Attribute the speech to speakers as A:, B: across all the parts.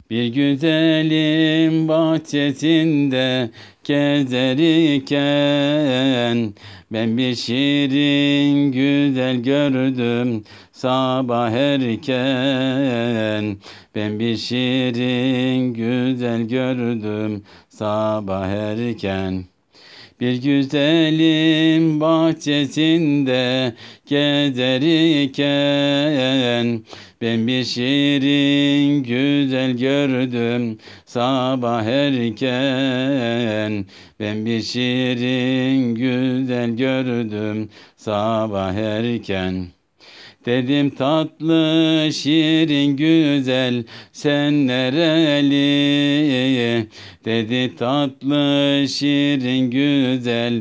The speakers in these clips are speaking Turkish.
A: Bir güzelin bahçesinde gezerken ben bir şirin güzel gördüm sabah erken. Ben bir şirin güzel gördüm sabah erken. Bir güzelin bahçesinde gezerken ben bir şirin güzel gördüm sabah erken. Ben bir şirin güzel gördüm sabah erken. Dedim tatlı, şirin, güzel, sen nereli? Dedi tatlı, şirin, güzel,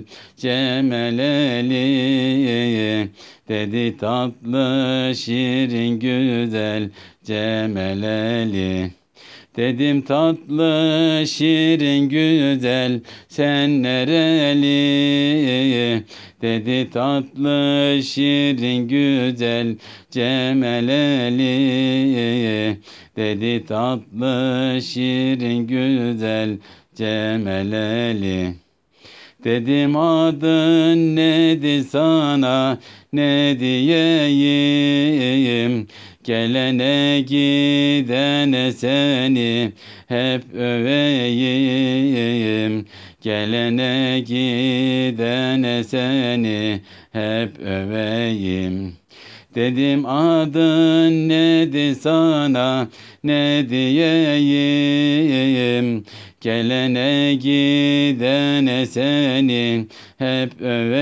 A: Cemeleli. Dedi tatlı, şirin, güzel, Cemeleli. Dedim tatlı, şirin, güzel, sen nereli? Dedi tatlı, şirin, güzel, Cemeleli. Dedi tatlı, şirin, güzel, Cemeleli. Dedim adın nedir sana, ne diyeyim? Gelene gidene seni hep öveyim. Gelene gidene seni hep öveyim. Dedim adın nedir sana, ne diyeyim? Gelene gidene seni hep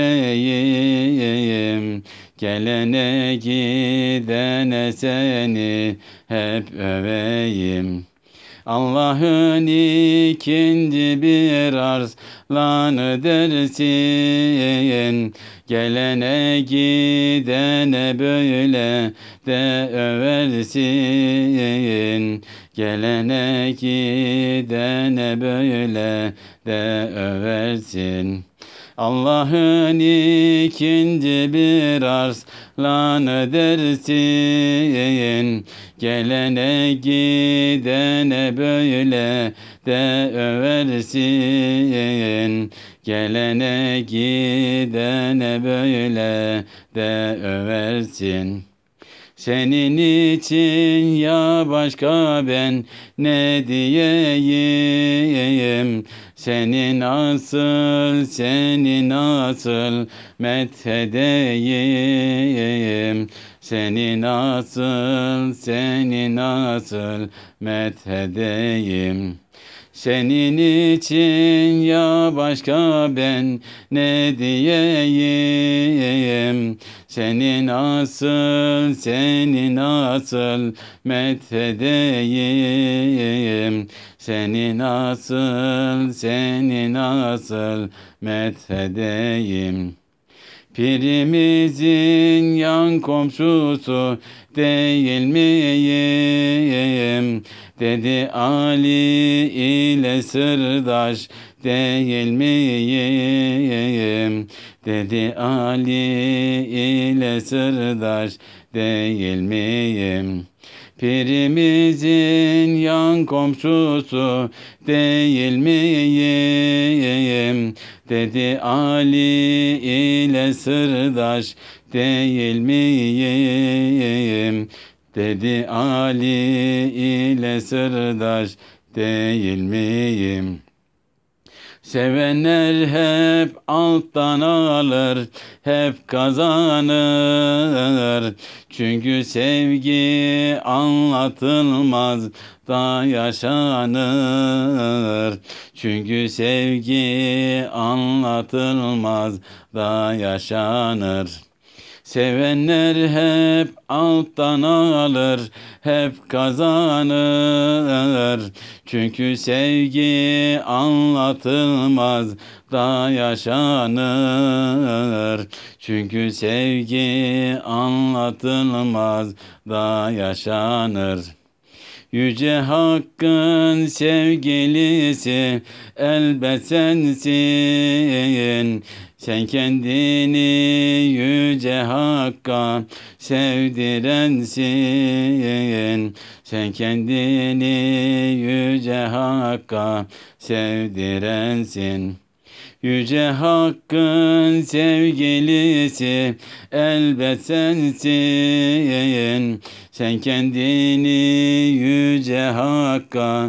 A: öveyim. Gelene gidene seni hep öveyim. Allah'ın ikinci bir arslanı dersin. Gelene gidene böyle de översin. Gelene gidene böyle de översin. Allah'ın ikinci bir arslanı dersin. Gelene gidene böyle de översin. Gelene gidene böyle de översin. Senin için ya başka ben ne diyeyim? Seni nasıl methedeyim? Seni nasıl methedeyim? Senin için ya başka ben ne diyeyim? Seni nasıl methedeyim? Seni nasıl methedeyim? Pirimizin yan komşusu değil miyim? Dedi Ali ile sırdaş değil miyim? Dedi Ali ile sırdaş değil miyim? Pirimizin yan komşusu değil miyim? Dedi Ali ile sırdaş değil miyim? Dedi Ali ile sırdaş değil miyim? Sevenler hep alttan alır, hep kazanır. Çünkü sevgi anlatılmaz da yaşanır. Çünkü sevgi anlatılmaz da yaşanır. Sevenler hep alttan alır, hep kazanır. Çünkü sevgi anlatılmaz da yaşanır. Çünkü sevgi anlatılmaz da yaşanır. Yüce Hakk'ın sevgilisi elbet sensin. Sen kendini Yüce Hakk'a sevdirensin. Sen kendini Yüce Hakk'a sevdirensin. Yüce Hakk'ın sevgilisi elbet sensin. Sen kendini Yüce Hakk'a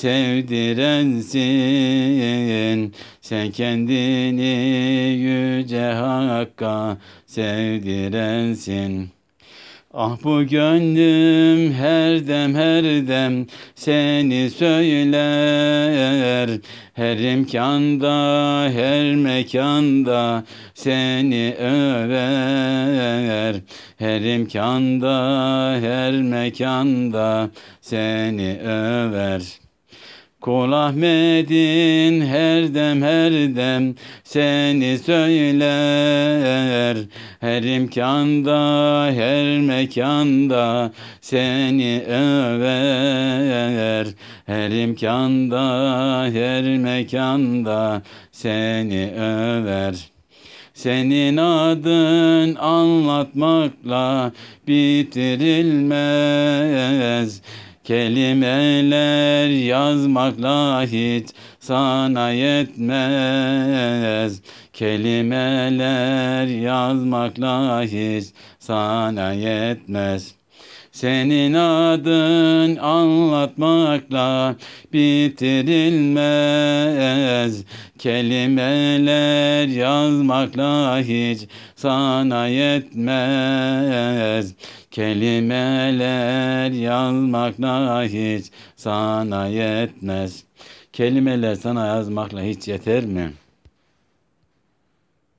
A: sevdirensin. Sen kendini Yüce Hakk'a sevdirensin. Ah bu gönlüm her dem her dem seni söyler. Her imkanda her mekanda seni över. Her imkanda her mekanda seni över. Kul Ahmet'in her dem seni söyler. Her imkanda her mekanda seni över. Her imkanda her mekanda seni över. Senin adın anlatmakla bitirilmez. Kelimeler yazmakla hiç sana yetmez. Kelimeler yazmakla hiç sana yetmez. Senin adın anlatmakla bitirilmez. Kelimeler yazmakla hiç sana yetmez. Kelimeler yazmakla hiç sana yetmez. Kelimeler sana yazmakla hiç yeter mi?